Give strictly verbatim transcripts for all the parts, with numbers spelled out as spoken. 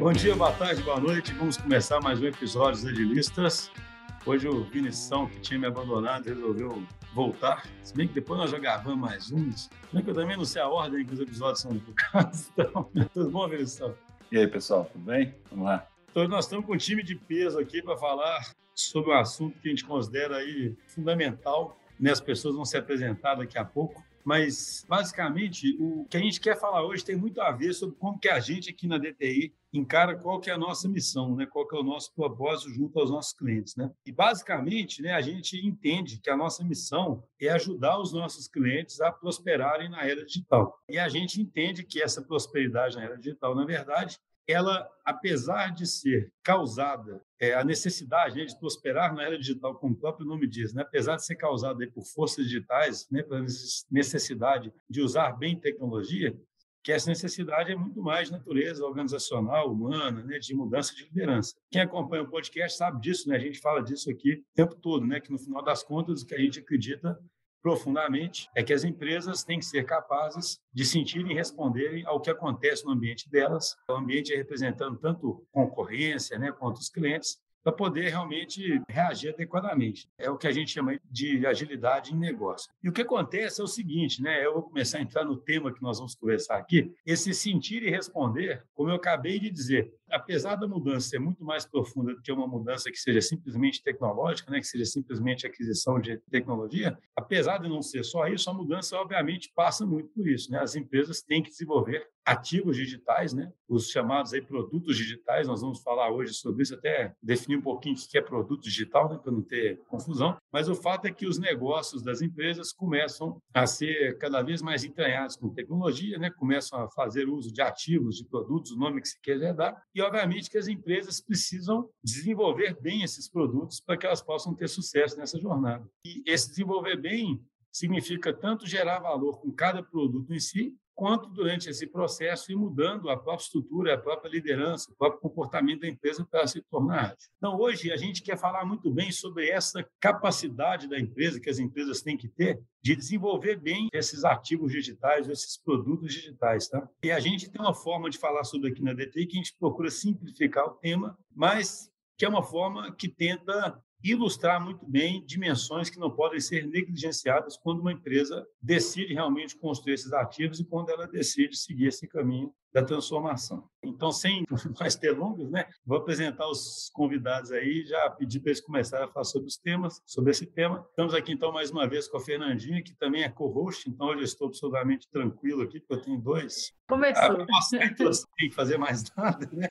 Bom dia, boa tarde, boa noite. Vamos começar mais um episódio dos Agilistas. Hoje o Vinição, que tinha me abandonado, resolveu voltar. Se bem que depois nós já gravamos mais uns. Se bem que eu também não sei a ordem que os episódios são publicados. Então, tudo bom, Vinição? E aí, pessoal, tudo bem? Vamos lá. Então, nós estamos com um time de peso aqui para falar sobre um assunto que a gente considera aí fundamental. Né? As pessoas vão se apresentar daqui a pouco. Mas, basicamente, o que a gente quer falar hoje tem muito a ver sobre como que a gente aqui na D T I encara qual que é a nossa missão, né? Qual que é o nosso propósito junto aos nossos clientes. Né? E, basicamente, né, a gente entende que a nossa missão é ajudar os nossos clientes a prosperarem na era digital. E a gente entende que essa prosperidade na era digital, na verdade, ela, apesar de ser causada, é, a necessidade, né, de prosperar na era digital, como o próprio nome diz, né, apesar de ser causada aí por forças digitais, né, pela necessidade de usar bem tecnologia, que essa necessidade é muito mais de natureza organizacional, humana, né, de mudança de liderança. Quem acompanha o podcast sabe disso, né, a gente fala disso aqui o tempo todo, né, que no final das contas o que a gente acredita profundamente é que as empresas têm que ser capazes de sentir e responderem ao que acontece no ambiente delas, o ambiente é representando tanto concorrência, né, quanto os clientes, para poder realmente reagir adequadamente. É o que a gente chama de agilidade em negócio. E o que acontece é o seguinte, né? Eu vou começar a entrar no tema que nós vamos conversar aqui, esse sentir e responder, como eu acabei de dizer, apesar da mudança ser muito mais profunda do que uma mudança que seja simplesmente tecnológica, né? Que seja simplesmente aquisição de tecnologia, apesar de não ser só isso, a mudança, obviamente, passa muito por isso, né? As empresas têm que desenvolver ativos digitais, né? Os chamados aí produtos digitais, nós vamos falar hoje sobre isso, até definir um pouquinho o que é produto digital, né? Para não ter confusão, mas o fato é que os negócios das empresas começam a ser cada vez mais entranhados com tecnologia, né? Começam a fazer uso de ativos, de produtos, o nome que se quiser dar, e obviamente que as empresas precisam desenvolver bem esses produtos para que elas possam ter sucesso nessa jornada. E esse desenvolver bem significa tanto gerar valor com cada produto em si, quanto durante esse processo ir mudando a própria estrutura, a própria liderança, o próprio comportamento da empresa para se tornar ágil. Então, hoje, a gente quer falar muito bem sobre essa capacidade da empresa, que as empresas têm que ter, de desenvolver bem esses ativos digitais, esses produtos digitais. Tá? E a gente tem uma forma de falar sobre aqui na D T I que a gente procura simplificar o tema, mas que é uma forma que tenta ilustrar muito bem dimensões que não podem ser negligenciadas quando uma empresa decide realmente construir esses ativos e quando ela decide seguir esse caminho da transformação. Então, sem mais delongas, né, vou apresentar os convidados aí, já pedir para eles começarem a falar sobre os temas, sobre esse tema. Estamos aqui, então, mais uma vez com a Fernandinha, que também é co-host, então hoje eu estou absolutamente tranquilo aqui, porque eu tenho dois. Começou. Ah, nossa, então, não tem que fazer mais nada, né?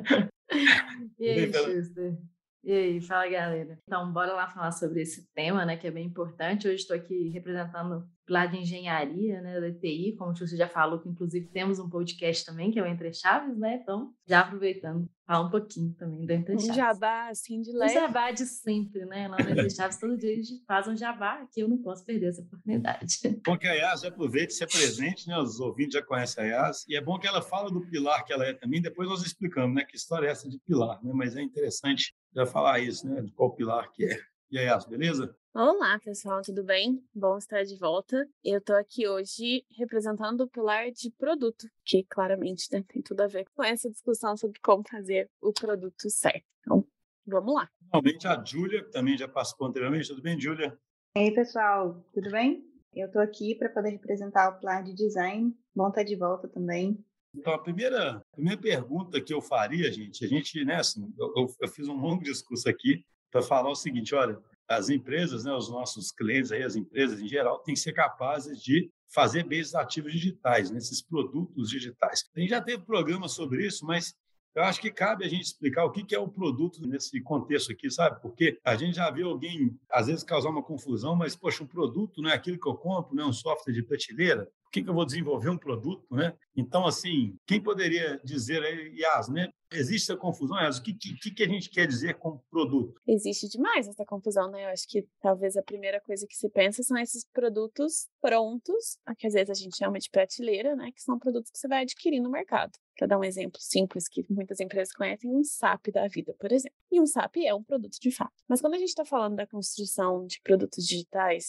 E aí, Schuster? E aí, fala, galera. Então, bora lá falar sobre esse tema, né, que é bem importante. Hoje estou aqui representando o pilar de engenharia, né, da T I, como o Schuster já falou, que inclusive temos um podcast também, que é o Entre Chaves, né, então, já aproveitando, falar um pouquinho também do Entre Chaves. Um jabá, assim, de leve. Um jabá de sempre, né, lá no Entre Chaves, todo dia a gente faz um jabá, aqui eu não posso perder essa oportunidade. Bom que a Yas já aproveita e se apresente, né, os ouvintes já conhecem a Yas, e é bom que ela fala do pilar que ela é também, depois nós explicamos, né, que história é essa de pilar, né, mas é interessante já falar isso, né, de qual pilar que é. E aí, Yas, beleza? Olá, pessoal, tudo bem? Bom estar de volta. Eu tô aqui hoje representando o pilar de produto, que claramente, né, tem tudo a ver com essa discussão sobre como fazer o produto certo. Então, vamos lá. Finalmente, a Júlia, que também já participou anteriormente. Tudo bem, Júlia? E aí, pessoal, tudo bem? Eu tô aqui para poder representar o pilar de design. Bom estar de volta também. Então, a primeira, a primeira pergunta que eu faria, gente, a gente, né, assim, eu, eu, eu fiz um longo discurso aqui para falar o seguinte, olha, as empresas, né, os nossos clientes, aí, as empresas em geral, têm que ser capazes de fazer bem esses ativos digitais, né, esses produtos digitais. A gente já teve programa sobre isso, mas eu acho que cabe a gente explicar o que é o produto nesse contexto aqui, sabe? Porque a gente já viu alguém, às vezes, causar uma confusão, mas, poxa, um produto não é aquilo que eu compro, não é um software de prateleira. Por que eu vou desenvolver um produto, né? Então, assim, quem poderia dizer aí, Yas, né? Existe essa confusão, Yas? O que, que, que a gente quer dizer com produto? Existe demais essa confusão, né? Eu acho que talvez a primeira coisa que se pensa são esses produtos prontos, que às vezes a gente chama de prateleira, né? Que são produtos que você vai adquirir no mercado. Para dar um exemplo simples que muitas empresas conhecem, um S A P da vida, por exemplo. E um S A P é um produto de fato. Mas quando a gente está falando da construção de produtos digitais,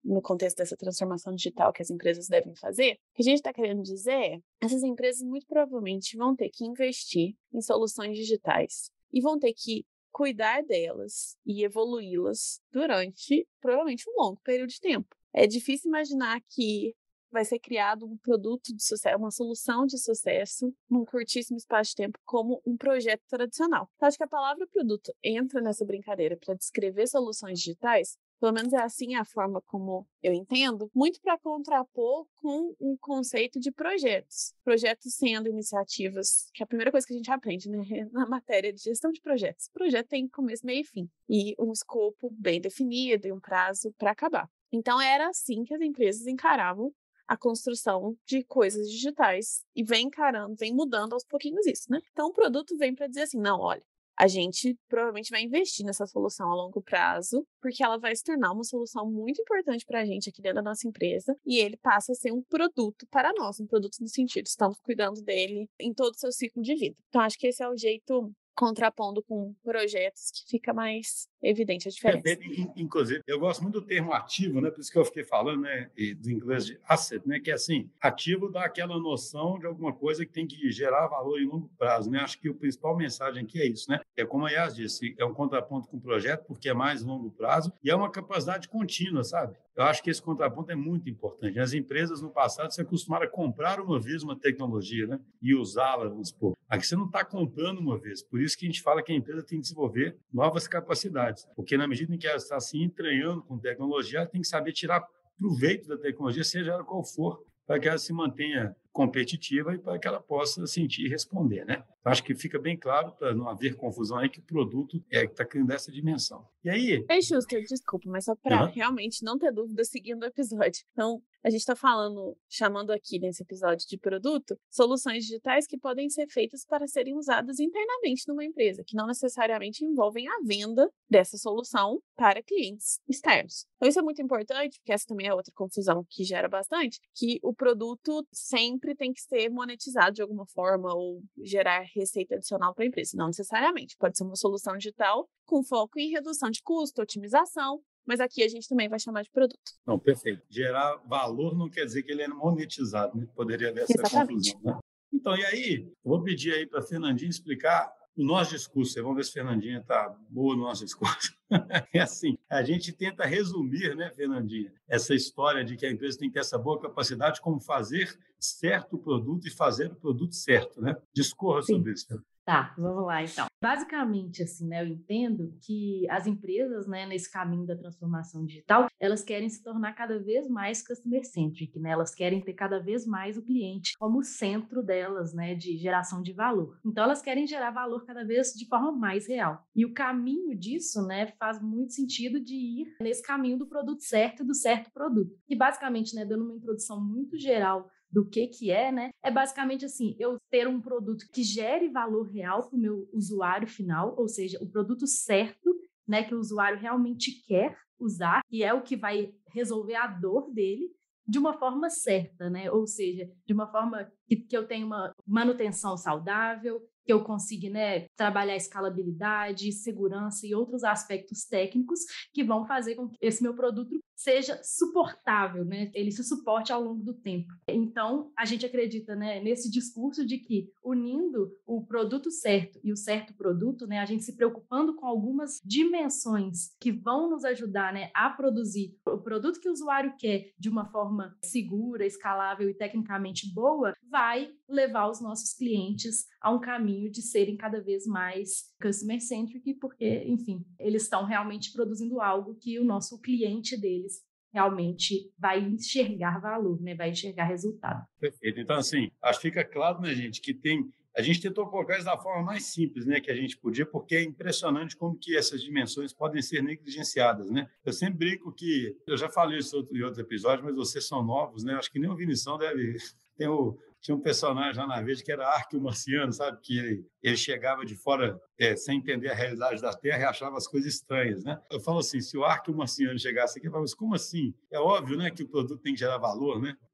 no contexto dessa transformação digital que as empresas devem fazer, o que a gente está querendo dizer é, essas empresas muito provavelmente vão ter que investir em soluções digitais e vão ter que cuidar delas e evoluí-las durante, provavelmente, um longo período de tempo. É difícil imaginar que vai ser criado um produto de sucesso, uma solução de sucesso num curtíssimo espaço de tempo como um projeto tradicional. Então, acho que a palavra produto entra nessa brincadeira para descrever soluções digitais, pelo menos é assim a forma como eu entendo, muito para contrapor com um conceito de projetos. Projetos sendo iniciativas, que é a primeira coisa que a gente aprende, né, na matéria de gestão de projetos. Projeto tem começo, meio e fim, e um escopo bem definido e um prazo para acabar. Então, era assim que as empresas encaravam a construção de coisas digitais e vem encarando, vem mudando aos pouquinhos isso, né? Então, o produto vem para dizer assim, não, olha, a gente provavelmente vai investir nessa solução a longo prazo, porque ela vai se tornar uma solução muito importante para a gente aqui dentro da nossa empresa e ele passa a ser um produto para nós, um produto no sentido, estamos cuidando dele em todo o seu ciclo de vida. Então, acho que esse é o jeito contrapondo com projetos que fica mais evidente a diferença. É, inclusive, eu gosto muito do termo ativo, né? Por isso que eu fiquei falando, né, do inglês de asset, né? Que é assim, ativo dá aquela noção de alguma coisa que tem que gerar valor em longo prazo, né? Acho que a principal mensagem aqui é isso, né? É como a Yas disse, é um contraponto com o projeto porque é mais longo prazo e é uma capacidade contínua, sabe? Eu acho que esse contraponto é muito importante. As empresas no passado se acostumaram a comprar uma vez uma tecnologia, né? E usá-la, vamos supor. Aqui você não está comprando uma vez. Por isso que a gente fala que a empresa tem que desenvolver novas capacidades. Porque na medida em que ela está se entranhando com tecnologia, ela tem que saber tirar proveito da tecnologia, seja ela qual for, para que ela se mantenha competitiva e para que ela possa sentir e responder, né? Acho que fica bem claro, para não haver confusão aí, que o produto é que está criando essa dimensão. E aí... Ei, Schuster, desculpa, mas só para uhum. realmente não ter dúvida seguindo o episódio. Então, a gente está falando, chamando aqui nesse episódio de produto, soluções digitais que podem ser feitas para serem usadas internamente numa empresa, que não necessariamente envolvem a venda dessa solução para clientes externos. Então, isso é muito importante, porque essa também é outra confusão que gera bastante, que o produto sempre tem que ser monetizado de alguma forma ou gerar receita adicional para a empresa. Não necessariamente. Pode ser uma solução digital com foco em redução de custo, otimização, mas aqui a gente também vai chamar de produto. Não, perfeito. Gerar valor não quer dizer que ele é monetizado, né? Poderia haver essa Exatamente. confusão, né? Então, e aí, eu vou pedir aí para a Fernandinha explicar o nosso discurso. Vamos ver se a Fernandinha está boa no nosso discurso. É assim, a gente tenta resumir, né, Fernandinha, essa história de que a empresa tem que ter essa boa capacidade como fazer certo o produto e fazer o produto certo, né? Discorra Sim. sobre isso. Tá, vamos lá então. Basicamente, assim, né, eu entendo que as empresas, né, nesse caminho da transformação digital, elas querem se tornar cada vez mais customer-centric, né? Elas querem ter cada vez mais o cliente como centro delas, né, de geração de valor. Então, elas querem gerar valor cada vez de forma mais real. E o caminho disso, né, faz muito sentido de ir nesse caminho do produto certo e do certo produto. E basicamente, né, dando uma introdução muito geral do que que é, né? É basicamente assim, eu ter um produto que gere valor real para o meu usuário final, ou seja, o produto certo, né, que o usuário realmente quer usar, e é o que vai resolver a dor dele de uma forma certa, né? Ou seja, de uma forma que, que eu tenha uma manutenção saudável, que eu consiga, né, trabalhar escalabilidade, segurança e outros aspectos técnicos que vão fazer com que esse meu produto seja suportável, né? Ele se suporte ao longo do tempo. Então, a gente acredita, né, nesse discurso de que unindo o produto certo e o certo produto, né, a gente se preocupando com algumas dimensões que vão nos ajudar, né, a produzir o produto que o usuário quer de uma forma segura, escalável e tecnicamente boa, vai levar os nossos clientes a um caminho de serem cada vez mais customer-centric, porque, enfim, eles estão realmente produzindo algo que o nosso cliente deles realmente vai enxergar valor, né? Vai enxergar resultado. Perfeito. Então, assim, acho que fica claro, né, gente, que tem... A gente tentou colocar isso da forma mais simples, né, que a gente podia, porque é impressionante como que essas dimensões podem ser negligenciadas, né? Eu sempre brinco que... Eu já falei isso em outro episódio, mas vocês são novos, né? Acho que nem o Vinição deve... Tem o... Tinha um personagem lá na Veja que era Arque-o-Marciano, sabe? Que ele, ele chegava de fora é, sem entender a realidade da Terra e achava as coisas estranhas, né? Eu falo assim, se o Arque-o-Marciano chegasse aqui, eu falo assim, como assim? É óbvio, né, que o produto tem que gerar valor, né?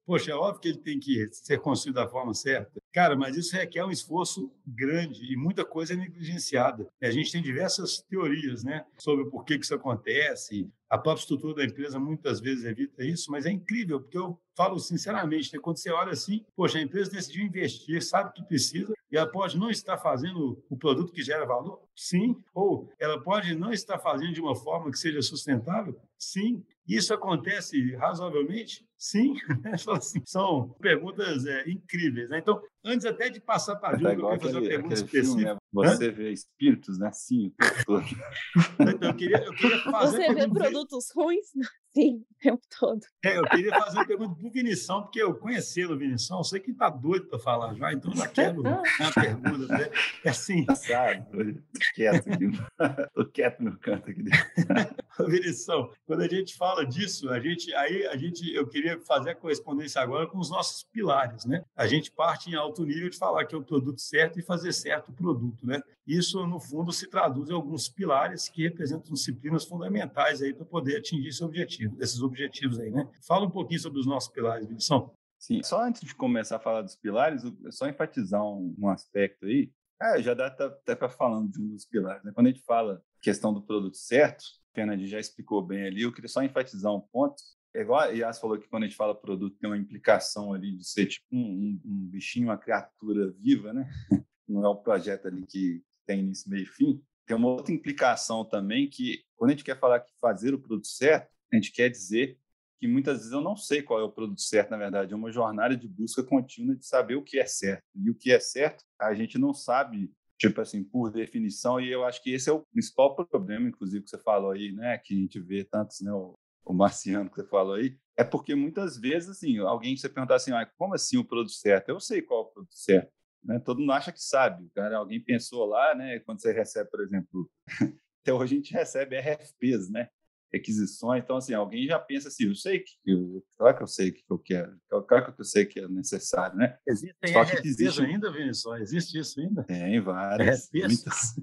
Poxa, é óbvio que ele tem que ser construído da forma certa. Cara, mas isso requer um esforço grande e muita coisa é negligenciada. A gente tem diversas teorias, né, sobre o porquê que isso acontece. A própria estrutura da empresa muitas vezes evita isso, mas é incrível, porque eu falo sinceramente, né, quando você olha assim, poxa, a empresa decidiu investir, sabe o que precisa, e ela pode não estar fazendo o produto que gera valor? Sim. Ou ela pode não estar fazendo de uma forma que seja sustentável? Sim. Isso acontece razoavelmente? Sim. Assim, são perguntas é, incríveis, né? Então, antes até de passar para a Júlia, Tá eu igual queria fazer aquele, uma pergunta aquele filme, específica. né? Você vê espíritos, né? Sim, o tempo todo. Então, eu queria, eu queria fazer Você uma vê pergunta. produtos ruins? Sim, o tempo todo. É, eu queria fazer uma pergunta para o Vinição, porque eu conhecendo o Vinição, eu sei que está doido para falar já, então já quero uma pergunta. Né? É assim, Sabe? Tô quieto aqui. Tô quieto no canto aqui dentro. Vinição, quando a gente fala disso, a gente, aí a gente, eu queria fazer a correspondência agora com os nossos pilares, né? A gente parte em alto nível de falar que é o produto certo e fazer certo o produto, né? Isso, no fundo, se traduz em alguns pilares que representam disciplinas fundamentais aí para poder atingir esse objetivo, esses objetivos aí, né? Fala um pouquinho sobre os nossos pilares, Vinição. Sim, só antes de começar a falar dos pilares, eu- só enfatizar um, um aspecto aí. Ah, já dá até para falando de um dos pilares, né? Quando a gente fala questão do produto certo, o Fernandinho já explicou bem ali, eu queria só enfatizar um ponto. É igual a Yas falou que quando a gente fala produto tem uma implicação ali de ser tipo um, um, um bichinho, uma criatura viva, né? Não é um projeto ali que tem início, meio e fim. Tem uma outra implicação também que, quando a gente quer falar que fazer o produto certo, a gente quer dizer que muitas vezes eu não sei qual é o produto certo, na verdade. É uma jornada de busca contínua de saber o que é certo. E o que é certo, a gente não sabe, tipo assim, por definição, e eu acho que esse é o principal problema, inclusive, que você falou aí, né, que a gente vê tantos, né, o, o Marciano que você falou aí, é porque muitas vezes, assim, alguém você perguntar assim, ah, como assim o produto certo? Eu sei qual é o produto certo. Né? Todo mundo acha que sabe. Cara, alguém pensou lá, né? Quando você recebe, por exemplo, até hoje a gente recebe R F Ps, né? Requisições. Então, assim, alguém já pensa assim, eu sei que, eu, claro que eu sei o que eu quero, claro que eu sei que é necessário, né? Existem Só que R F Ps existe ainda, Vinição? Existe isso ainda? Tem várias, R F Ps? muitas.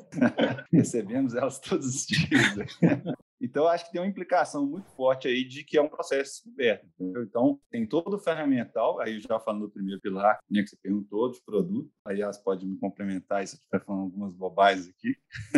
Recebemos elas todos os dias. Então, acho que tem uma implicação muito forte aí de que é um processo descoberto. Entendeu? Então, tem todo o ferramental, aí já falando do primeiro pilar, né, que você perguntou, de produto, aí elas podem me complementar se eu estiver falando algumas bobagens aqui,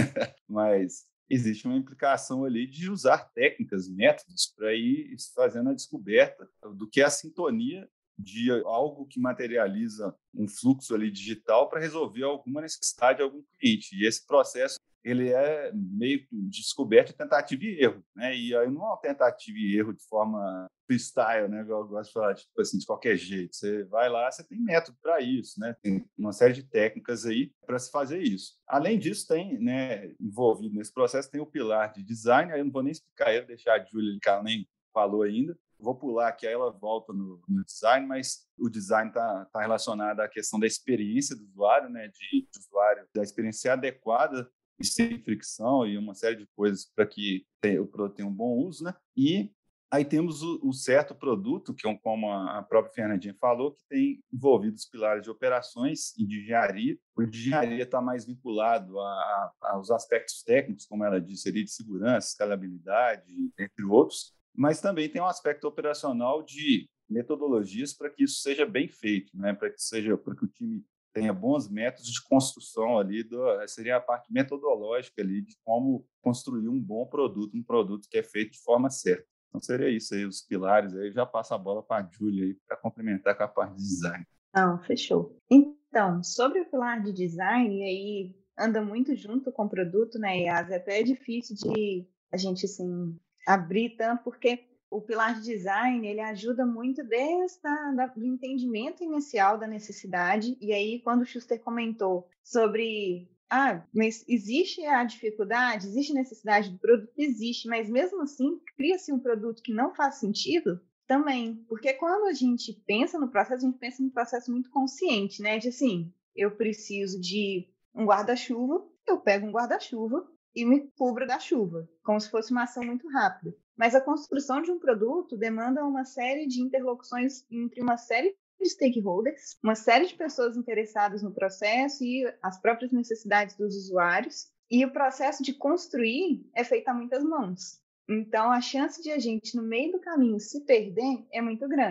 mas existe uma implicação ali de usar técnicas, métodos, para ir fazendo a descoberta do que é a sintonia de algo que materializa um fluxo ali digital para resolver alguma necessidade de algum cliente. E esse processo ele é meio de descoberta, tentativa e erro, né? E aí não é uma tentativa e erro de forma freestyle, né? Eu gosto de falar, tipo assim, de qualquer jeito. Você vai lá, você tem método para isso, né? Tem uma série de técnicas aí para se fazer isso. Além disso, tem, né, envolvido nesse processo, tem o pilar de design, aí eu não vou nem explicar ele, deixar a Júlia, que ela nem falou ainda. Vou pular aqui, aí ela volta no, no design, mas o design está tá relacionado à questão da experiência do usuário, né? De, de usuário, da experiência adequada e sem fricção e uma série de coisas para que o produto tenha um bom uso, né? E aí temos o, o certo produto, que é como a própria Fernandinha falou, que tem envolvido os pilares de operações e de engenharia. O de engenharia está mais vinculado a, a, aos aspectos técnicos, como ela disse ali, de segurança, escalabilidade, entre outros, mas também tem um aspecto operacional de metodologias para que isso seja bem feito, né? Para que seja, para que o time tenha bons métodos de construção ali, do, seria a parte metodológica ali de como construir um bom produto, um produto que é feito de forma certa. Então, seria isso aí, os pilares. Aí já passo a bola para a Júlia aí, para complementar com a parte de design. Não, fechou. Então, sobre o pilar de design, aí anda muito junto com o produto, né, Yas? Até é difícil de a gente, assim, abrir tanto, porque o pilar de design, ele ajuda muito desde a, da, do entendimento inicial da necessidade, e aí quando o Schuster comentou sobre, ah, mas existe a dificuldade, existe necessidade do produto? Existe, mas mesmo assim, cria-se um produto que não faz sentido? Também, porque quando a gente pensa no processo, a gente pensa num processo muito consciente, né, de assim, eu preciso de um guarda-chuva, eu pego um guarda-chuva e me cubro da chuva, como se fosse uma ação muito rápida. Mas a construção de um produto demanda uma série de interlocuções entre uma série de stakeholders, uma série de pessoas interessadas no processo e as próprias necessidades dos usuários. E o processo de construir é feito a muitas mãos. Então, a chance de a gente, no meio do caminho, se perder é muito grande.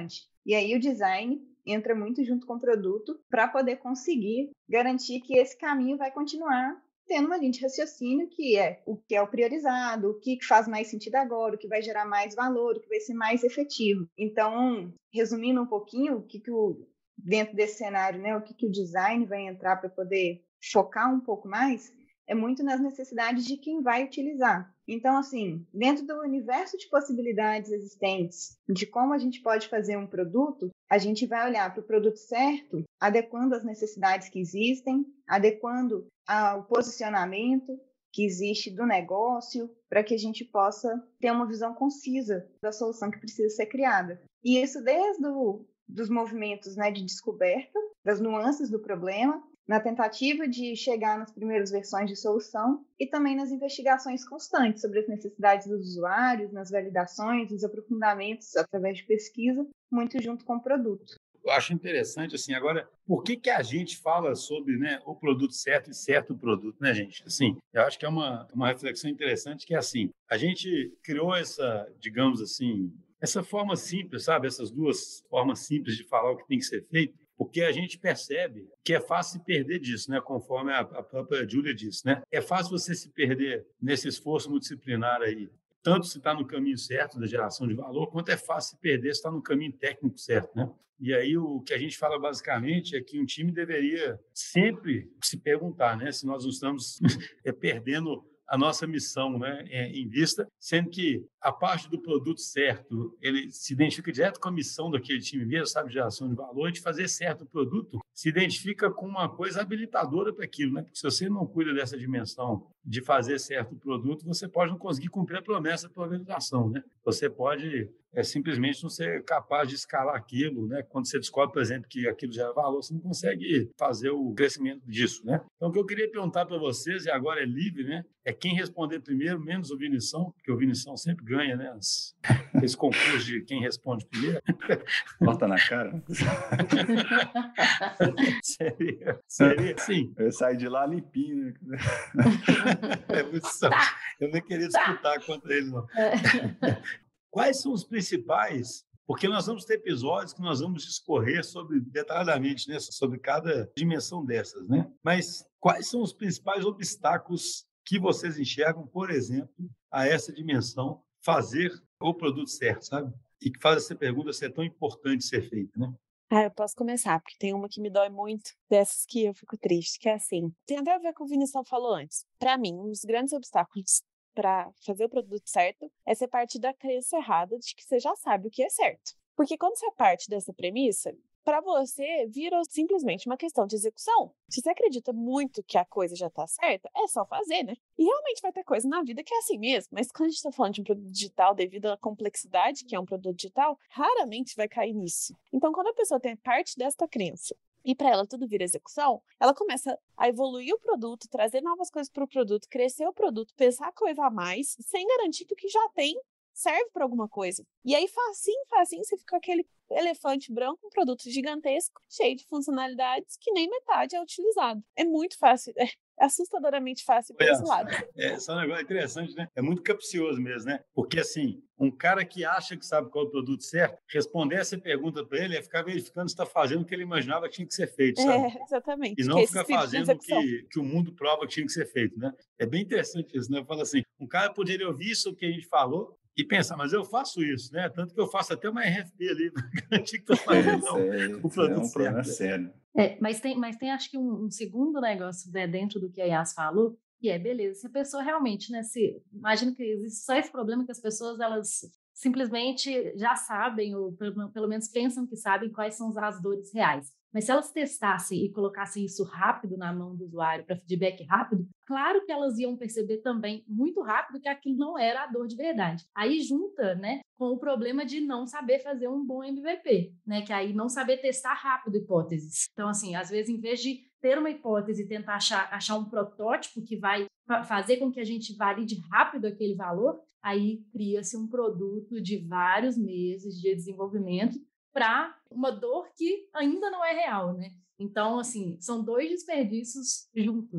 E aí o design entra muito junto com o produto para poder conseguir garantir que esse caminho vai continuar tendo uma linha de raciocínio que é o que é o priorizado, o que faz mais sentido agora, o que vai gerar mais valor, o que vai ser mais efetivo. Então, resumindo um pouquinho, o que, que o, dentro desse cenário, né, o que, que o design vai entrar para poder focar um pouco mais, é muito nas necessidades de quem vai utilizar. Então, assim, dentro do universo de possibilidades existentes, de como a gente pode fazer um produto, a gente vai olhar para o produto certo, adequando as necessidades que existem, adequando ao posicionamento que existe do negócio, para que a gente possa ter uma visão concisa da solução que precisa ser criada. E isso desde o, dos movimentos, né, de descoberta, das nuances do problema, na tentativa de chegar nas primeiras versões de solução e também nas investigações constantes sobre as necessidades dos usuários, nas validações, nos aprofundamentos através de pesquisa, muito junto com o produto. Eu acho interessante, assim, agora, por que que a gente fala sobre, né, o produto certo e certo produto, né, gente? Assim, eu acho que é uma, uma reflexão interessante que é assim, a gente criou essa, digamos assim, essa forma simples, sabe? Essas duas formas simples de falar o que tem que ser feito, porque a gente percebe que é fácil se perder disso, né? Conforme a, a própria Júlia disse, né? É fácil você se perder nesse esforço multidisciplinar aí, tanto se está no caminho certo da geração de valor, quanto é fácil se perder se está no caminho técnico certo, né? E aí o que a gente fala basicamente é que um time deveria sempre se perguntar, né? Se nós não estamos perdendo a nossa missão, né, em vista, sendo que a parte do produto certo, ele se identifica direto com a missão daquele time mesmo, sabe, geração de valor, de fazer certo o produto, se identifica com uma coisa habilitadora para aquilo, né? Porque se você não cuida dessa dimensão de fazer certo o produto, você pode não conseguir cumprir a promessa da organização, né? Você pode é, simplesmente não ser capaz de escalar aquilo, né? Quando você descobre, por exemplo, que aquilo gera valor, você não consegue fazer o crescimento disso, né? Então, o que eu queria perguntar para vocês, e agora é livre, né? É quem responder primeiro, menos o Vinição, porque o Vinição sempre ganha, né? As, esse concurso de quem responde primeiro. Bota na cara. seria, seria, sim. Eu saí de lá limpinho, né? É muito só. Eu nem queria disputar contra ele, não. Quais são os principais? Porque nós vamos ter episódios que nós vamos discorrer sobre, detalhadamente, né, sobre cada dimensão dessas, né? Mas quais são os principais obstáculos que vocês enxergam, por exemplo, a essa dimensão, fazer o produto certo, sabe? E que faz essa pergunta ser tão importante ser feita, né? Ah, eu posso começar, porque tem uma que me dói muito, dessas que eu fico triste, que é assim, tem até a ver com o que o Vinição falou antes. Para mim, um dos grandes obstáculos para fazer o produto certo é ser parte da crença errada de que você já sabe o que é certo. Porque quando você parte dessa premissa, para você virou simplesmente uma questão de execução. Se você acredita muito que a coisa já está certa, é só fazer, né? E realmente vai ter coisa na vida que é assim mesmo, mas quando a gente está falando de um produto digital, devido à complexidade que é um produto digital, raramente vai cair nisso. Então, quando a pessoa tem parte desta crença e para ela tudo vira execução, ela começa a evoluir o produto, trazer novas coisas para o produto, crescer o produto, pensar coisa a mais, sem garantir que o que já tem serve para alguma coisa. E aí, facinho, facinho, você fica com aquele elefante branco, um produto gigantesco, cheio de funcionalidades que nem metade é utilizado. É muito fácil, é assustadoramente fácil por esse lado. É, só um negócio interessante, né? É muito capcioso mesmo, né? Porque, assim, um cara que acha que sabe qual é o produto certo, responder essa pergunta para ele é ficar verificando se está fazendo o que ele imaginava que tinha que ser feito, sabe? É, exatamente. E não ficar fazendo o que, que o mundo prova que tinha que ser feito, né? É bem interessante isso, né? Fala assim, um cara poderia ouvir isso que a gente falou e pensar, mas eu faço isso, né? Tanto que eu faço até uma R F P ali, para garantir que estou fazendo não, é, o produto é um problema certo. sério. É, mas, tem, mas tem, acho que, um, um segundo negócio, né, dentro do que a Yas falou, que é, beleza, se a pessoa realmente, né, se, imagina que existe só esse problema que as pessoas, elas simplesmente já sabem, ou pelo, pelo menos pensam que sabem quais são as dores reais. Mas se elas testassem e colocassem isso rápido na mão do usuário, para feedback rápido, claro que elas iam perceber também muito rápido que aquilo não era a dor de verdade. Aí junta, né, com o problema de não saber fazer um bom M V P, né, que aí não saber testar rápido hipóteses. Então, assim, às vezes, em vez de ter uma hipótese e tentar achar, achar um protótipo que vai fazer com que a gente valide rápido aquele valor, aí cria-se um produto de vários meses de desenvolvimento para uma dor que ainda não é real, né? Então, assim, são dois desperdícios juntos.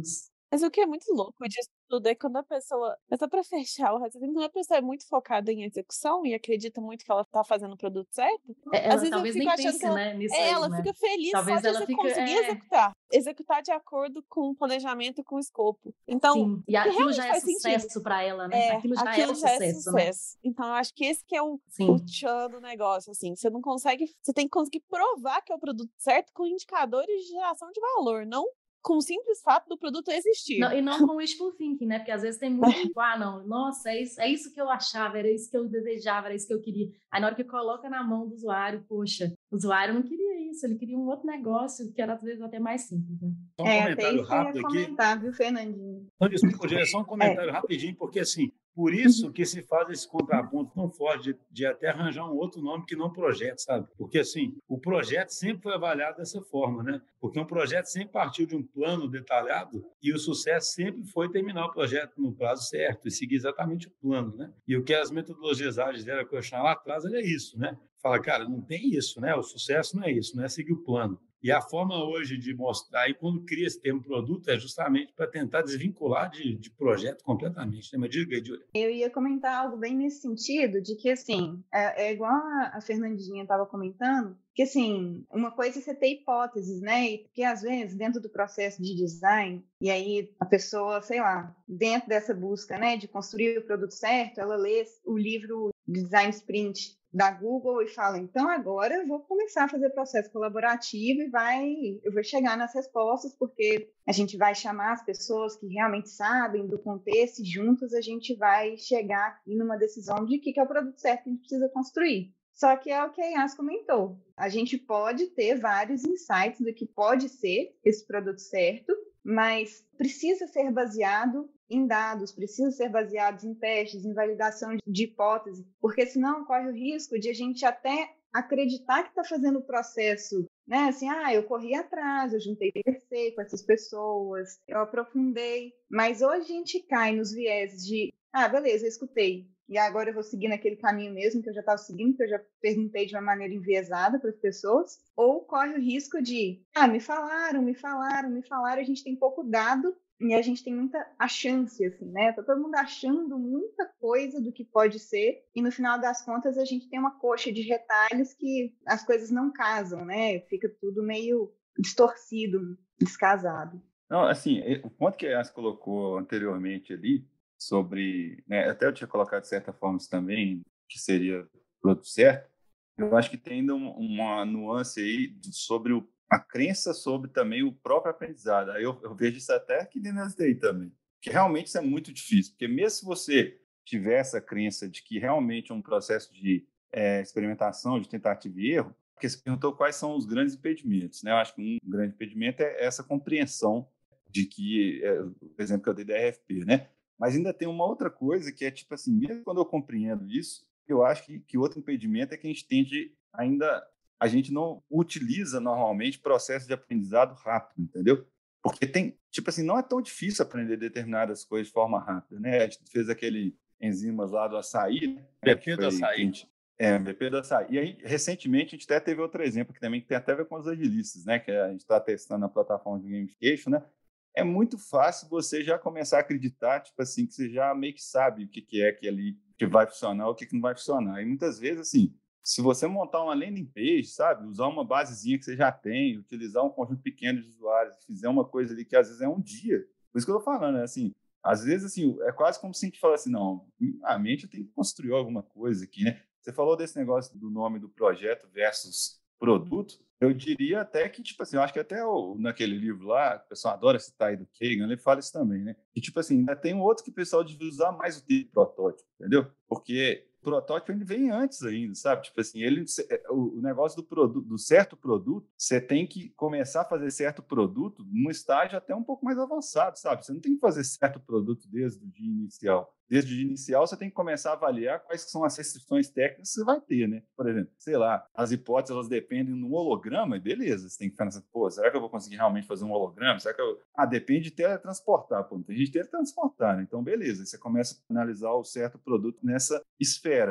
Mas o que é muito louco disso tudo é quando a pessoa, é só para fechar o raciocínio, quando a pessoa é muito focada em execução e acredita muito que ela tá fazendo o produto certo, É, às ela vezes eu talvez fico nem achando que pense, ela, né, nisso é, aí, ela né? fica feliz só Talvez de ela exe- fica, conseguir é, executar, executar de acordo com o planejamento, com o escopo. Então, sim, e que aquilo já realmente é faz sentido. sucesso para ela, né? É, Aquilo já é o aquilo já é sucesso, né? sucesso. Então, eu acho que esse que é o, o Sim. tchan do negócio, assim. Você não consegue, você tem que conseguir provar que é o produto certo com indicadores de geração de valor, não com o simples fato do produto existir. Não, e não com wishful thinking, né? Porque às vezes tem muito, ah, não, nossa, é isso, é isso que eu achava, era isso que eu desejava, era isso que eu queria. Aí na hora que coloca na mão do usuário, poxa, o usuário não queria isso, ele queria um outro negócio, que era às vezes até mais simples, né? Só um É, até comentário isso que eu ia rápido aqui. comentar, viu, Fernandinho? Não, desculpa, Gê, só um comentário É. rapidinho, porque assim, por isso que se faz esse contraponto tão forte de, de até arranjar um outro nome que não projeto, sabe? Porque assim, o projeto sempre foi avaliado dessa forma, né? Porque um projeto sempre partiu de um plano detalhado e o sucesso sempre foi terminar o projeto no prazo certo e seguir exatamente o plano, né? E o que as metodologias ágeis deram que eu achava lá atrás era isso, né? Fala, cara, não tem isso, né? O sucesso não é isso, não é seguir o plano. E a forma hoje de mostrar, e quando cria esse termo produto, é justamente para tentar desvincular de, de projeto completamente. Né? Mas diga aí, Júlia. Eu ia comentar algo bem nesse sentido, de que, assim, é, é igual a, a Fernandinha estava comentando, que, assim, uma coisa é você ter hipóteses, né? E porque, às vezes, dentro do processo de design, e aí a pessoa, sei lá, dentro dessa busca, né, de construir o produto certo, ela lê o livro Design Sprint da Google e fala, então agora eu vou começar a fazer processo colaborativo e vai, eu vou chegar nas respostas, porque a gente vai chamar as pessoas que realmente sabem do contexto e juntos a gente vai chegar aqui numa decisão de que, que é o produto certo que a gente precisa construir. Só que é o que a Yas comentou, a gente pode ter vários insights do que pode ser esse produto certo, mas precisa ser baseado em dados, precisa ser baseado em testes, em validação de hipótese, porque senão corre o risco de a gente até acreditar que está fazendo o processo, né? Assim, ah, eu corri atrás, eu juntei P C com essas pessoas, eu aprofundei, mas hoje a gente cai nos vieses de, ah, beleza, eu escutei, e agora eu vou seguir naquele caminho mesmo que eu já estava seguindo, que eu já perguntei de uma maneira enviesada para as pessoas, ou corre o risco de, ah, me falaram, me falaram, me falaram, a gente tem pouco dado e a gente tem muita a chance, assim, né? Tá todo mundo achando muita coisa do que pode ser e no final das contas a gente tem uma coxa de retalhos que as coisas não casam, né? Fica tudo meio distorcido, descasado. Não, assim, o ponto que a Yas colocou anteriormente ali, sobre, né, até eu tinha colocado de certa forma isso também, que seria o produto certo, eu acho que tem uma nuance aí sobre o, a crença sobre também o próprio aprendizado. Aí eu, eu vejo isso até aqui dentro da S D I também, que realmente isso é muito difícil, porque mesmo se você tiver essa crença de que realmente é um processo de é, experimentação, de tentativa e erro, porque você perguntou quais são os grandes impedimentos, né? Eu acho que um grande impedimento é essa compreensão de que, é, o exemplo que eu dei da R F P, né? Mas ainda tem uma outra coisa que é tipo assim, mesmo quando eu compreendo isso, eu acho que, que outro impedimento é que a gente tende ainda, a gente não utiliza normalmente processo de aprendizado rápido, entendeu? Porque tem, tipo assim, não é tão difícil aprender determinadas coisas de forma rápida, né? A gente fez aquele enzimas lá do açaí, né? M V P do açaí. Gente, é, M V P do açaí. E aí, recentemente, a gente até teve outro exemplo que também tem até a ver com os agilistas, né? Que a gente está testando na plataforma de gamification, né? É muito fácil você já começar a acreditar, tipo assim, que você já meio que sabe o que, que é que ali que vai funcionar, o que, que não vai funcionar. E muitas vezes, assim, se você montar uma landing page, sabe, usar uma basezinha que você já tem, utilizar um conjunto pequeno de usuários, fizer uma coisa ali que às vezes é um dia. Por isso que eu tô falando, né? Assim, às vezes, assim, é quase como se a gente falasse, não, a mente tem que construir alguma coisa aqui, né? Você falou desse negócio do nome do projeto versus produto. Eu diria até que, tipo assim, eu acho que até o, naquele livro lá, o pessoal adora citar aí do Kagan, ele fala isso também, né? E, tipo assim, ainda tem um outro que o pessoal devia usar mais o termo protótipo, entendeu? Porque o protótipo ele vem antes ainda, sabe? Tipo assim, ele, o negócio do produto, do certo produto, você tem que começar a fazer certo produto num estágio até um pouco mais avançado, sabe? Você não tem que fazer certo produto desde o dia inicial. Desde o dia inicial, você tem que começar a avaliar quais são as restrições técnicas que você vai ter, né? Por exemplo, sei lá, as hipóteses elas dependem do holograma, e beleza, você tem que pensar, pô, será que eu vou conseguir realmente fazer um holograma? Será que eu... Ah, depende de teletransportar, pô, não tem gente teletransportar, né? Então, beleza, você começa a analisar o certo produto nessa esfera, né?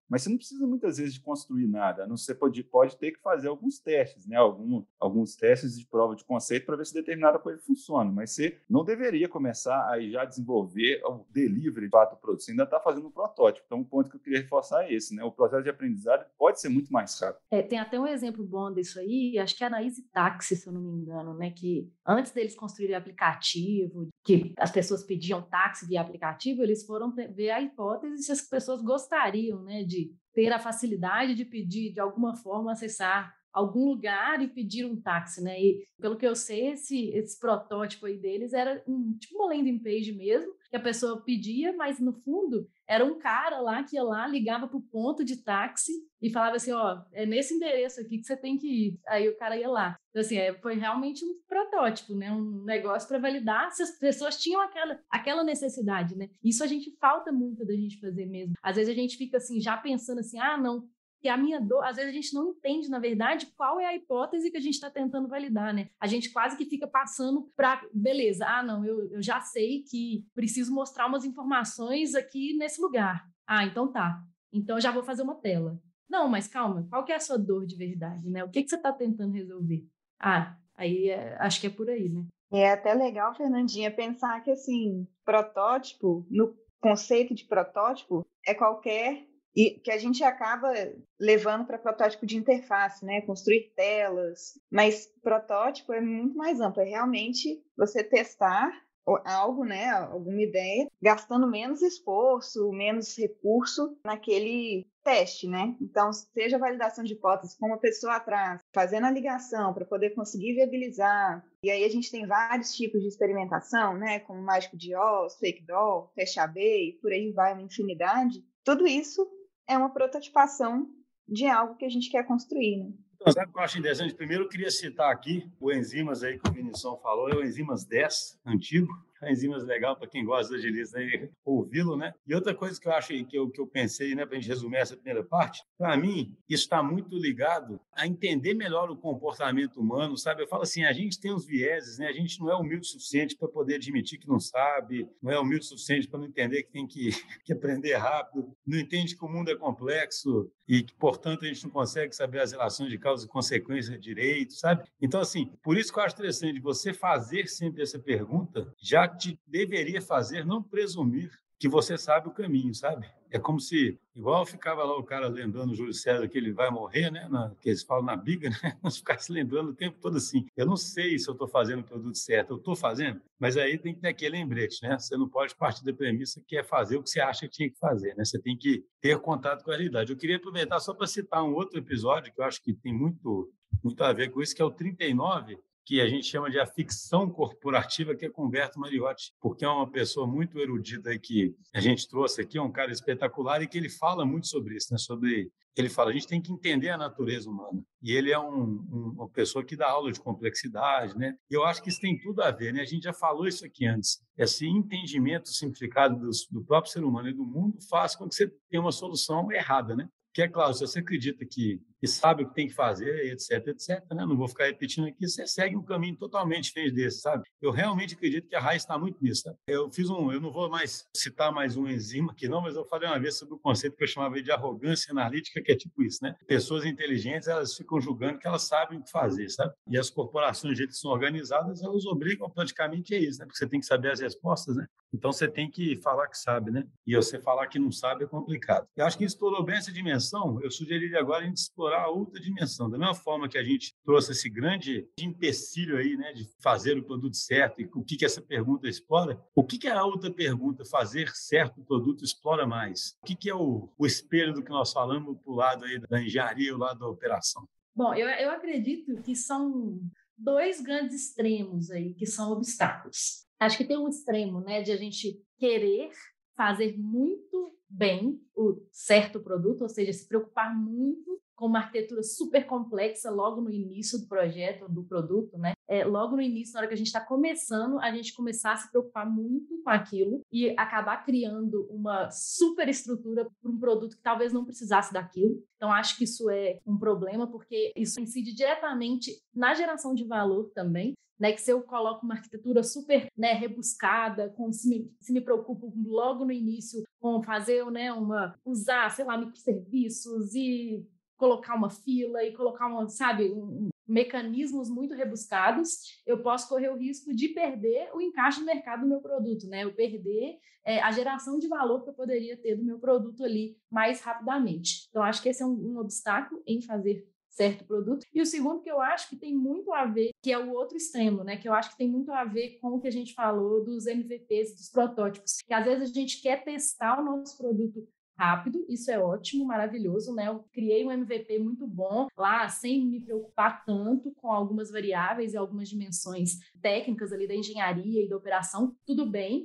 Mas você não precisa muitas vezes de construir nada, não você pode, pode ter que fazer alguns testes, né? Algum, alguns testes de prova de conceito para ver se determinada coisa funciona, mas você não deveria começar a já desenvolver o delivery de fato do produto, você ainda está fazendo um protótipo. Então, o ponto que eu queria reforçar é esse, né? O processo de aprendizado pode ser muito mais rápido. É, tem até um exemplo bom disso aí, acho que é na Easy Taxi, se eu não me engano, né? Que antes deles construírem aplicativo, que as pessoas pediam táxi via aplicativo, eles foram ver a hipótese se as pessoas gostariam, né, de ter a facilidade de pedir, de alguma forma, acessar algum lugar e pedir um táxi, né? E, pelo que eu sei, esse, esse protótipo aí deles era um, tipo uma landing page mesmo, que a pessoa pedia, mas, no fundo, era um cara lá que ia lá, ligava para o ponto de táxi e falava assim, ó, é nesse endereço aqui que você tem que ir. Aí o cara ia lá. Então, assim, é, foi realmente um protótipo, né? Um negócio para validar se as pessoas tinham aquela, aquela necessidade, né? Isso a gente falta muito da gente fazer mesmo. Às vezes a gente fica, assim, já pensando assim, ah, não, que a minha dor, às vezes a gente não entende, na verdade, qual é a hipótese que a gente está tentando validar, né? A gente quase que fica passando para, beleza, ah, não, eu, eu já sei que preciso mostrar umas informações aqui nesse lugar. Ah, então tá. Então eu já vou fazer uma tela. Não, mas calma, qual que é a sua dor de verdade, né? O que, que você está tentando resolver? Ah, aí é, acho que é por aí, né? É até legal, Fernandinha, pensar que, assim, protótipo, no conceito de protótipo, é qualquer... E que a gente acaba levando para protótipo de interface, né? Construir telas. Mas protótipo é muito mais amplo. É realmente você testar algo, né? Alguma ideia, gastando menos esforço, menos recurso naquele teste, né? Então, seja a validação de hipótese com uma pessoa atrás, fazendo a ligação para poder conseguir viabilizar. E aí a gente tem vários tipos de experimentação, né? Como mágico de Oz, fake doll, teste A B e por aí vai uma infinidade. Tudo isso é uma prototipação de algo que a gente quer construir, né? Então, sabe o que eu acho interessante? Primeiro, eu queria citar aqui o Enzimas aí que o Vinição falou, é o Enzimas dez, antigo. Enzimas legal para quem gosta de agilista aí ouvi-lo, né? E outra coisa que eu acho que eu, que eu pensei, né, para a gente resumir essa primeira parte, para mim, isso está muito ligado a entender melhor o comportamento humano, sabe? Eu falo assim, a gente tem uns vieses, né? A gente não é humilde o suficiente para poder admitir que não sabe, não é humilde o suficiente para não entender que tem que, que aprender rápido, não entende que o mundo é complexo e que, portanto, a gente não consegue saber as relações de causa e consequência direito, sabe? Então, assim, por isso que eu acho interessante você fazer sempre essa pergunta, já te deveria fazer, não presumir que você sabe o caminho, sabe? É como se, igual ficava lá o cara lembrando o Júlio César que ele vai morrer, né? Na, que eles falam na Bíblia, né? Nós ficasse lembrando o tempo todo assim, eu não sei se eu estou fazendo o produto certo, eu estou fazendo, mas aí tem que ter aquele lembrete, né? Você não pode partir da premissa que é fazer o que você acha que tinha que fazer, né? Você tem que ter contato com a realidade. Eu queria aproveitar só para citar um outro episódio que eu acho que tem muito, muito a ver com isso, que é o trinta e nove, que a gente chama de a ficção corporativa, que é com Humberto Mariotti, porque é uma pessoa muito erudita aí que a gente trouxe aqui, é um cara espetacular e que ele fala muito sobre isso, né? Sobre, ele fala, a gente tem que entender a natureza humana. E ele é um, um, uma pessoa que dá aula de complexidade, né? E eu acho que isso tem tudo a ver, né? A gente já falou isso aqui antes. Esse entendimento simplificado do, do próprio ser humano e do mundo faz com que você tenha uma solução errada, né? Que é claro, se você acredita que, que sabe o que tem que fazer, etc, etc, né? Não vou ficar repetindo aqui, você segue um caminho totalmente diferente desse, sabe? Eu realmente acredito que a raiz está muito nisso, tá? Eu fiz um, eu não vou mais citar mais um enzima aqui não, mas eu falei uma vez sobre o conceito que eu chamava de arrogância analítica, que é tipo isso, né? Pessoas inteligentes, elas ficam julgando que elas sabem o que fazer, sabe? E as corporações, do jeito que são organizadas, elas obrigam praticamente a isso, né? Porque você tem que saber as respostas, né? Então você tem que falar que sabe, né? E você falar que não sabe é complicado. Eu acho que explorou bem essa dimensão, eu sugeriria agora a gente explorar a outra dimensão. Da mesma forma que a gente trouxe esse grande empecilho aí, né, de fazer o produto certo, e o que, que essa pergunta explora, o que, que a outra pergunta, fazer certo o produto, explora mais? O que, que é o, o espelho do que nós falamos para o lado aí da engenharia e o lado da operação? Bom, eu, eu acredito que são dois grandes extremos aí, que são obstáculos. Acho que tem um extremo, né, de a gente querer fazer muito bem o certo produto, ou seja, se preocupar muito com uma arquitetura super complexa logo no início do projeto, do produto, né? É, logo no início, na hora que a gente está começando, a gente começar a se preocupar muito com aquilo e acabar criando uma super estrutura para um produto que talvez não precisasse daquilo. Então, acho que isso é um problema, porque isso incide diretamente na geração de valor também. né, que se eu coloco uma arquitetura super, né, rebuscada, com, se, me, se me preocupo logo no início com fazer, né, uma, usar, sei lá, microserviços e colocar uma fila e colocar, uma, sabe, um, mecanismos muito rebuscados, eu posso correr o risco de perder o encaixe no mercado do meu produto, né? Eu perder é, a geração de valor que eu poderia ter do meu produto ali mais rapidamente. Então, acho que esse é um, um obstáculo em fazer certo produto. E o segundo que eu acho que tem muito a ver, que é o outro extremo, né? Que eu acho que tem muito a ver com o que a gente falou dos M V Ps, dos protótipos, que às vezes a gente quer testar o nosso produto rápido, isso é ótimo, maravilhoso, né? Eu criei um M V P muito bom lá, sem me preocupar tanto com algumas variáveis e algumas dimensões técnicas ali da engenharia e da operação, tudo bem,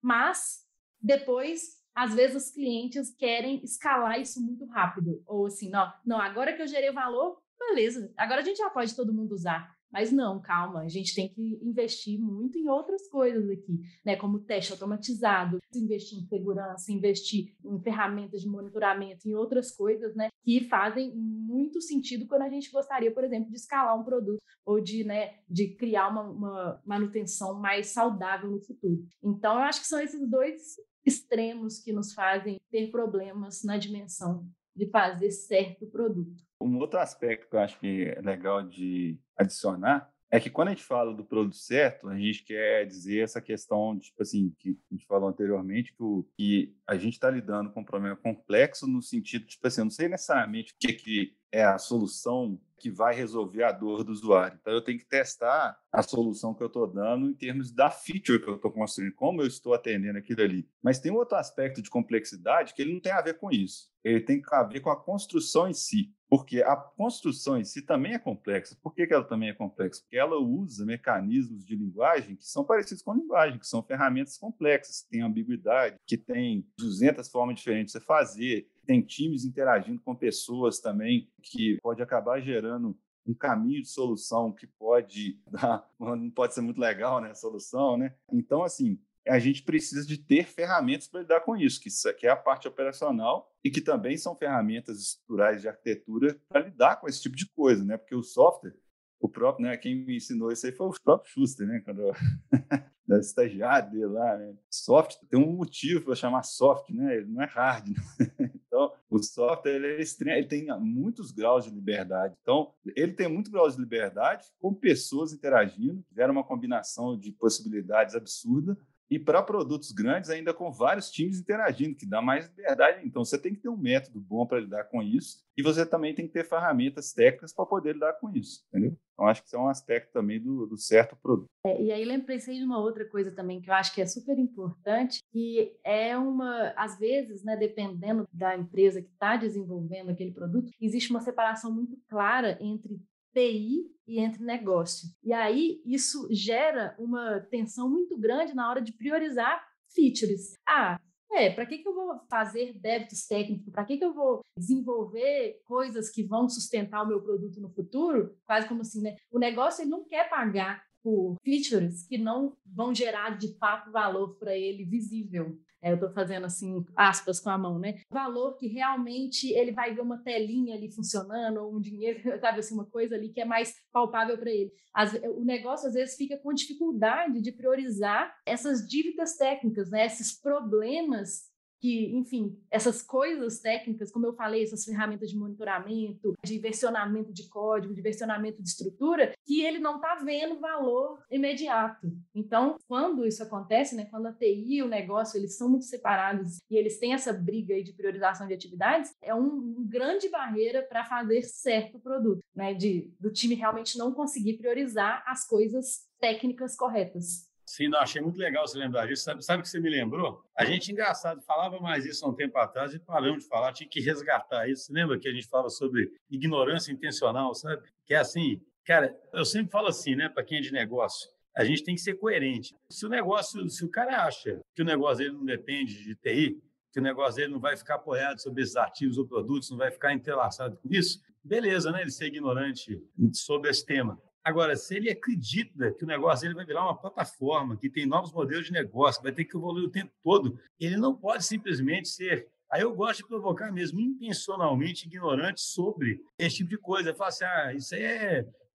mas depois, às vezes, os clientes querem escalar isso muito rápido, ou assim, não, não, agora que eu gerei valor, beleza, agora a gente já pode todo mundo usar. Mas não, calma, a gente tem que investir muito em outras coisas aqui, né? Como teste automatizado, investir em segurança, investir em ferramentas de monitoramento, em outras coisas, né? Que fazem muito sentido quando a gente gostaria, por exemplo, de escalar um produto ou de, né, de criar uma, uma manutenção mais saudável no futuro. Então, eu acho que são esses dois extremos que nos fazem ter problemas na dimensão de fazer certo produto. Um outro aspecto que eu acho que é legal de adicionar é que quando a gente fala do produto certo, a gente quer dizer essa questão, tipo assim, que a gente falou anteriormente, que, o, que a gente está lidando com um problema complexo no sentido, tipo assim, eu não sei necessariamente o que, que é a solução que vai resolver a dor do usuário. Então, eu tenho que testar a solução que eu estou dando em termos da feature que eu estou construindo, como eu estou atendendo aquilo ali. Mas tem um outro aspecto de complexidade que ele não tem a ver com isso. Ele tem a ver com a construção em si. Porque a construção em si também é complexa. Por que que ela também é complexa? Porque ela usa mecanismos de linguagem que são parecidos com linguagem, que são ferramentas complexas, que têm ambiguidade, que têm duzentas formas diferentes de você fazer, tem times interagindo com pessoas também, que pode acabar gerando um caminho de solução que pode dar, não pode ser muito legal, né, a solução, né? Então, assim, a gente precisa de ter ferramentas para lidar com isso, que isso aqui é a parte operacional e que também são ferramentas estruturais de arquitetura para lidar com esse tipo de coisa, né? Porque o software, o próprio, né, quem me ensinou isso aí foi o próprio Schuster, né? Quando eu da estagiário dele lá, né? Software tem um motivo para chamar software, né? Ele não é hard, né? Então, o software ele é extremo, ele tem muitos graus de liberdade. Então, ele tem muitos graus de liberdade com pessoas interagindo, gera uma combinação de possibilidades absurda. E para produtos grandes, ainda com vários times interagindo, que dá mais liberdade. Então, você tem que ter um método bom para lidar com isso e você também tem que ter ferramentas técnicas para poder lidar com isso, entendeu? Então, acho que isso é um aspecto também do, do certo produto. É, e aí, lembrei de uma outra coisa também que eu acho que é super importante, que é uma, às vezes, né, dependendo da empresa que está desenvolvendo aquele produto, existe uma separação muito clara entre T I e entre negócio. E aí, isso gera uma tensão muito grande na hora de priorizar features. Ah, é, para que, que eu vou fazer débitos técnicos? Para que, que eu vou desenvolver coisas que vão sustentar o meu produto no futuro? Quase como assim, né? O negócio ele não quer pagar por features que não vão gerar, de fato, valor para ele visível. É, eu estou fazendo assim, aspas com a mão, né? Valor que realmente ele vai ver uma telinha ali funcionando, ou um dinheiro, sabe assim, uma coisa ali que é mais palpável para ele. As, o negócio, às vezes, fica com dificuldade de priorizar essas dívidas técnicas, né? Esses problemas que, enfim, essas coisas técnicas, como eu falei, essas ferramentas de monitoramento, de versionamento de código, de versionamento de estrutura, que ele não está vendo valor imediato. Então, quando isso acontece, né, quando a T I e o negócio eles são muito separados e eles têm essa briga aí de priorização de atividades, é um, um grande barreira para fazer certo produto, né, de, do time realmente não conseguir priorizar as coisas técnicas corretas. Sim, não, achei muito legal você lembrar disso. Sabe, sabe o que você me lembrou? A gente, engraçado, falava mais isso há um tempo atrás e paramos de falar, tinha que resgatar isso. Você lembra que a gente falava sobre ignorância intencional, sabe? Que é assim, cara, eu sempre falo assim, né, para quem é de negócio, a gente tem que ser coerente. Se o negócio, se o cara acha que o negócio dele não depende de T I, que o negócio dele não vai ficar apoiado sobre esses ativos ou produtos, não vai ficar entrelaçado com isso, beleza, né, ele ser ignorante sobre esse tema. Agora, se ele acredita que o negócio dele vai virar uma plataforma, que tem novos modelos de negócio, que vai ter que evoluir o tempo todo, ele não pode simplesmente ser... Aí eu gosto de provocar mesmo intencionalmente ignorante sobre esse tipo de coisa. Eu falo assim, ah, isso aí é,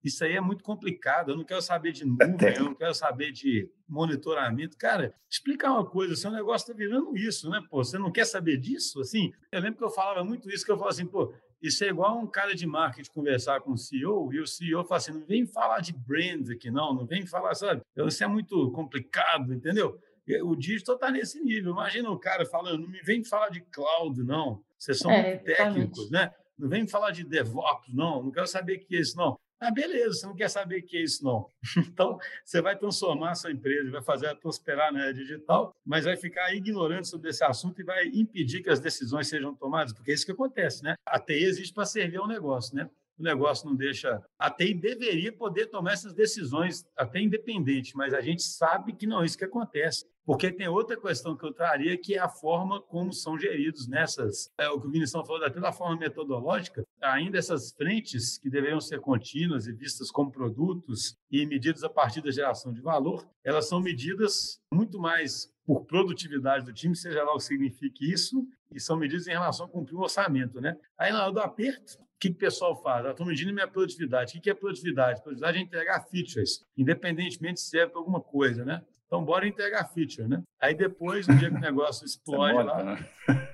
Isso aí é muito complicado, eu não quero saber de nuvem, eu não quero saber de monitoramento. Cara, explicar uma coisa, seu negócio está virando isso, né? Pô, você não quer saber disso? Assim, eu lembro que eu falava muito isso, que eu falava assim, pô, isso é igual um cara de marketing conversar com o C E O e o C E O fala assim, não vem falar de brand aqui, não, não vem falar, sabe? Isso é muito complicado, entendeu? O digital está nesse nível. Imagina o cara falando, não me vem falar de cloud, não. Vocês são É, muito técnicos, né? Não vem falar de DevOps, não. Não quero saber o que é isso, não. Ah, beleza, você não quer saber o que é isso, não. Então, você vai transformar a sua empresa, vai fazer ela prosperar na área digital, mas vai ficar ignorante sobre esse assunto e vai impedir que as decisões sejam tomadas, porque é isso que acontece, né? A T I existe para servir ao negócio, né? O negócio não deixa... A T I deveria poder tomar essas decisões até independente, mas a gente sabe que não é isso que acontece. Porque tem outra questão que eu traria, que é a forma como são geridos nessas... É, o que o Vinição falou, até da forma metodológica, ainda essas frentes que deveriam ser contínuas e vistas como produtos e medidas a partir da geração de valor, elas são medidas muito mais por produtividade do time, seja lá o que signifique isso, e são medidas em relação a cumprir o orçamento, né? Aí, na hora do aperto, o que o pessoal faz? Estou medindo minha produtividade. O que é produtividade? Produtividade é entregar features, independentemente se serve para alguma coisa, né? Então, bora entregar feature, né? Aí depois, no dia que o negócio explode lá, né?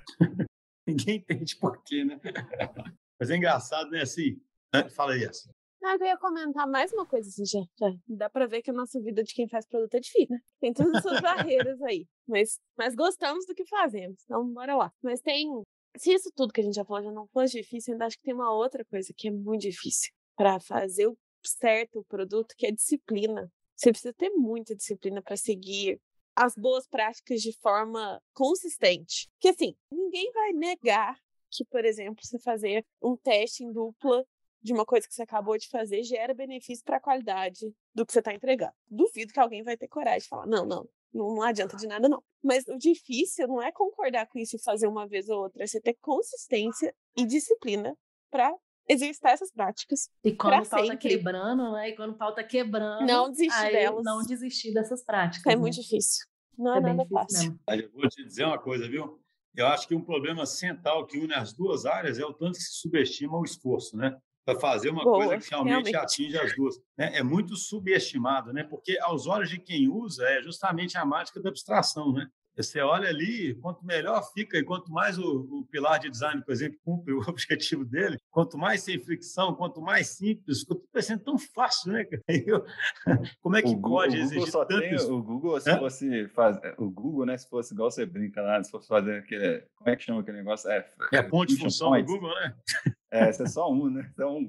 Ninguém entende por quê, né? Mas é engraçado, né? Assim, né? Fala aí, assim. Ah, eu ia comentar mais uma coisa, assim, já, já. Dá pra ver que a nossa vida de quem faz produto é difícil, né? Tem todas essas barreiras aí, mas, mas gostamos do que fazemos, então bora lá. Mas tem, se isso tudo que a gente já falou já não fosse difícil, ainda acho que tem uma outra coisa que é muito difícil para fazer o certo o produto, que é disciplina. Você precisa ter muita disciplina para seguir as boas práticas de forma consistente. Porque, assim, ninguém vai negar que, por exemplo, você fazer um teste em dupla de uma coisa que você acabou de fazer gera benefício para a qualidade do que você está entregando. Duvido que alguém vai ter coragem de falar, não, não, não adianta de nada, não. Mas o difícil não é concordar com isso e fazer uma vez ou outra, é você ter consistência e disciplina para exercitar essas práticas. E quando o pau sempre. tá quebrando, né? E quando o pau tá quebrando, não desistir aí delas. Não desistir dessas práticas. É né? muito difícil. Não é, é bem nada difícil fácil. mesmo. Aí eu vou te dizer uma coisa, viu? Eu acho que um problema central que une as duas áreas é o tanto que se subestima o esforço, né? Para fazer uma Boa, coisa que realmente, realmente. atinge as duas. Né? É muito subestimado, né? Porque aos olhos de quem usa é justamente a mágica da abstração, né? Você olha ali, quanto melhor fica e quanto mais o, o pilar de design, por exemplo, cumpre o objetivo dele, quanto mais sem fricção, quanto mais simples, ficou tudo parecendo tão fácil, né? Eu, como é que o Google, pode o Google exigir só tanto tem, isso? o Google, se Hã? fosse fazer, o Google, né, se fosse igual você brinca lá, se fosse fazer aquele, como é que chama aquele negócio? É, É a ponte de function função points. do Google, né? É, esse é só um, né? Então,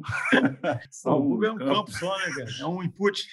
só o Google é um campo. campo só, né, cara? É um input.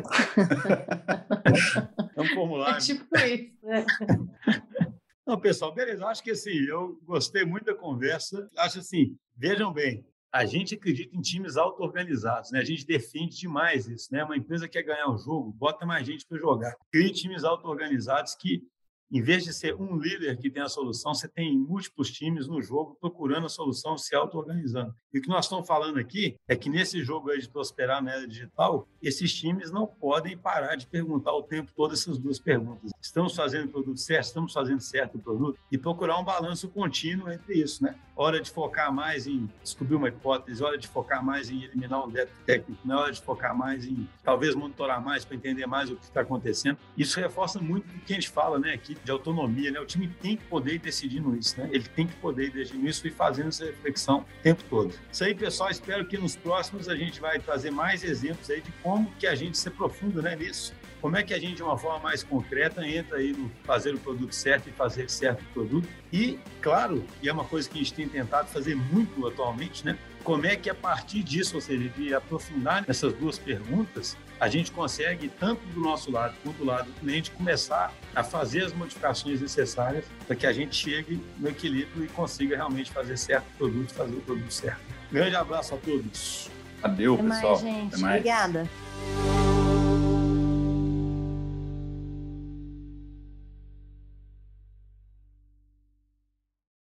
É um formulário. É tipo isso, né? Não, pessoal, beleza. Acho que assim, eu gostei muito da conversa. Acho assim, vejam bem, a gente acredita em times auto-organizados, né? A gente defende demais isso, né? Uma empresa quer ganhar o jogo, bota mais gente para jogar. Crie times auto-organizados que, em vez de ser um líder que tem a solução, você tem múltiplos times no jogo procurando a solução, se auto-organizando. E o que nós estamos falando aqui é que nesse jogo aí de prosperar na era digital, esses times não podem parar de perguntar o tempo todo essas duas perguntas. Estamos fazendo o produto certo? Estamos fazendo certo o produto? E procurar um balanço contínuo entre isso, né? Hora de focar mais em descobrir uma hipótese, hora de focar mais em eliminar um débito técnico, na hora de focar mais em talvez monitorar mais para entender mais o que está acontecendo. Isso reforça muito o que a gente fala, né, aqui de autonomia, né? O time tem que poder ir decidindo isso, né? Ele tem que poder ir decidindo isso e fazendo essa reflexão o tempo todo. Isso aí, pessoal, espero que nos próximos a gente vai trazer mais exemplos aí de como que a gente se aprofunda, né, nisso. Como é que a gente, de uma forma mais concreta, entra aí no fazer o produto certo e fazer certo o produto. E, claro, e é uma coisa que a gente tem tentado fazer muito atualmente, né? Como é que, a partir disso, ou seja, de aprofundar nessas duas perguntas, a gente consegue, tanto do nosso lado quanto do lado do cliente, começar a fazer as modificações necessárias para que a gente chegue no equilíbrio e consiga realmente fazer certo o produto e fazer o produto certo. Grande abraço a todos. Adeus, Até pessoal. mais, gente. Até mais. Obrigada.